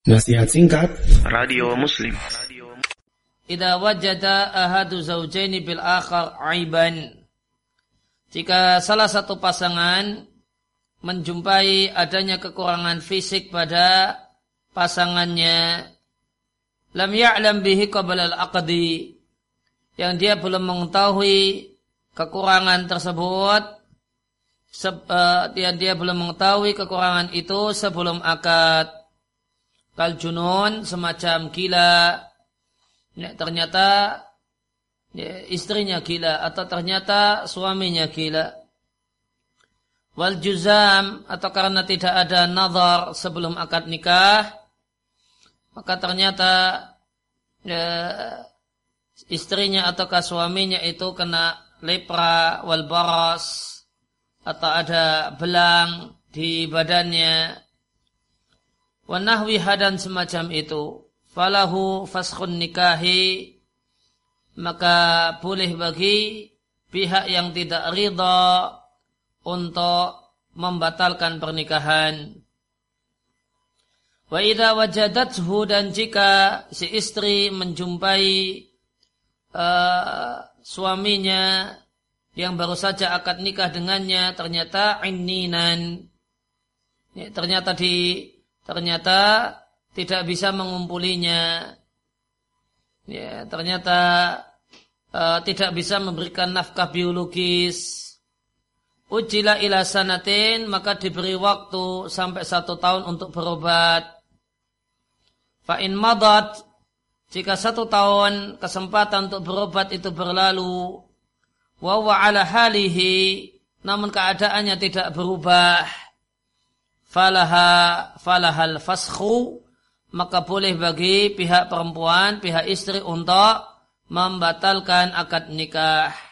Nasihat singkat Radio Muslim. Idza wajada ahadu zawjaini bil akhar aiban. Jika salah satu pasangan menjumpai adanya kekurangan fisik pada pasangannya, lam ya'lam bihi qabla al-aqdi, yang dia belum mengetahui kekurangan tersebut, dia belum mengetahui kekurangan itu sebelum akad. Kal junun, semacam gila, ternyata istrinya gila atau ternyata suaminya gila. Wal juzam, atau karena tidak ada nazar sebelum akad nikah, maka ternyata istrinya ataukah suaminya itu kena lepra wal baras, atau ada belang di badannya, wa nahwiha, dan semacam itu, falahu faskhun nikahi, maka boleh bagi pihak yang tidak ridha untuk membatalkan pernikahan. Wa idza wajadathu, dan jika si istri menjumpai suaminya yang baru saja akad nikah dengannya ternyata inninan, ternyata tidak bisa mengumpulinya, ternyata tidak bisa memberikan nafkah biologis, ujila ila sanatin, maka diberi waktu sampai 1 tahun untuk berobat. Fa in madat, jika 1 tahun kesempatan untuk berobat itu berlalu, wa wa ala halihi, namun keadaannya tidak berubah, falahal faskhu, maka boleh bagi pihak perempuan, pihak istri untuk membatalkan akad nikah.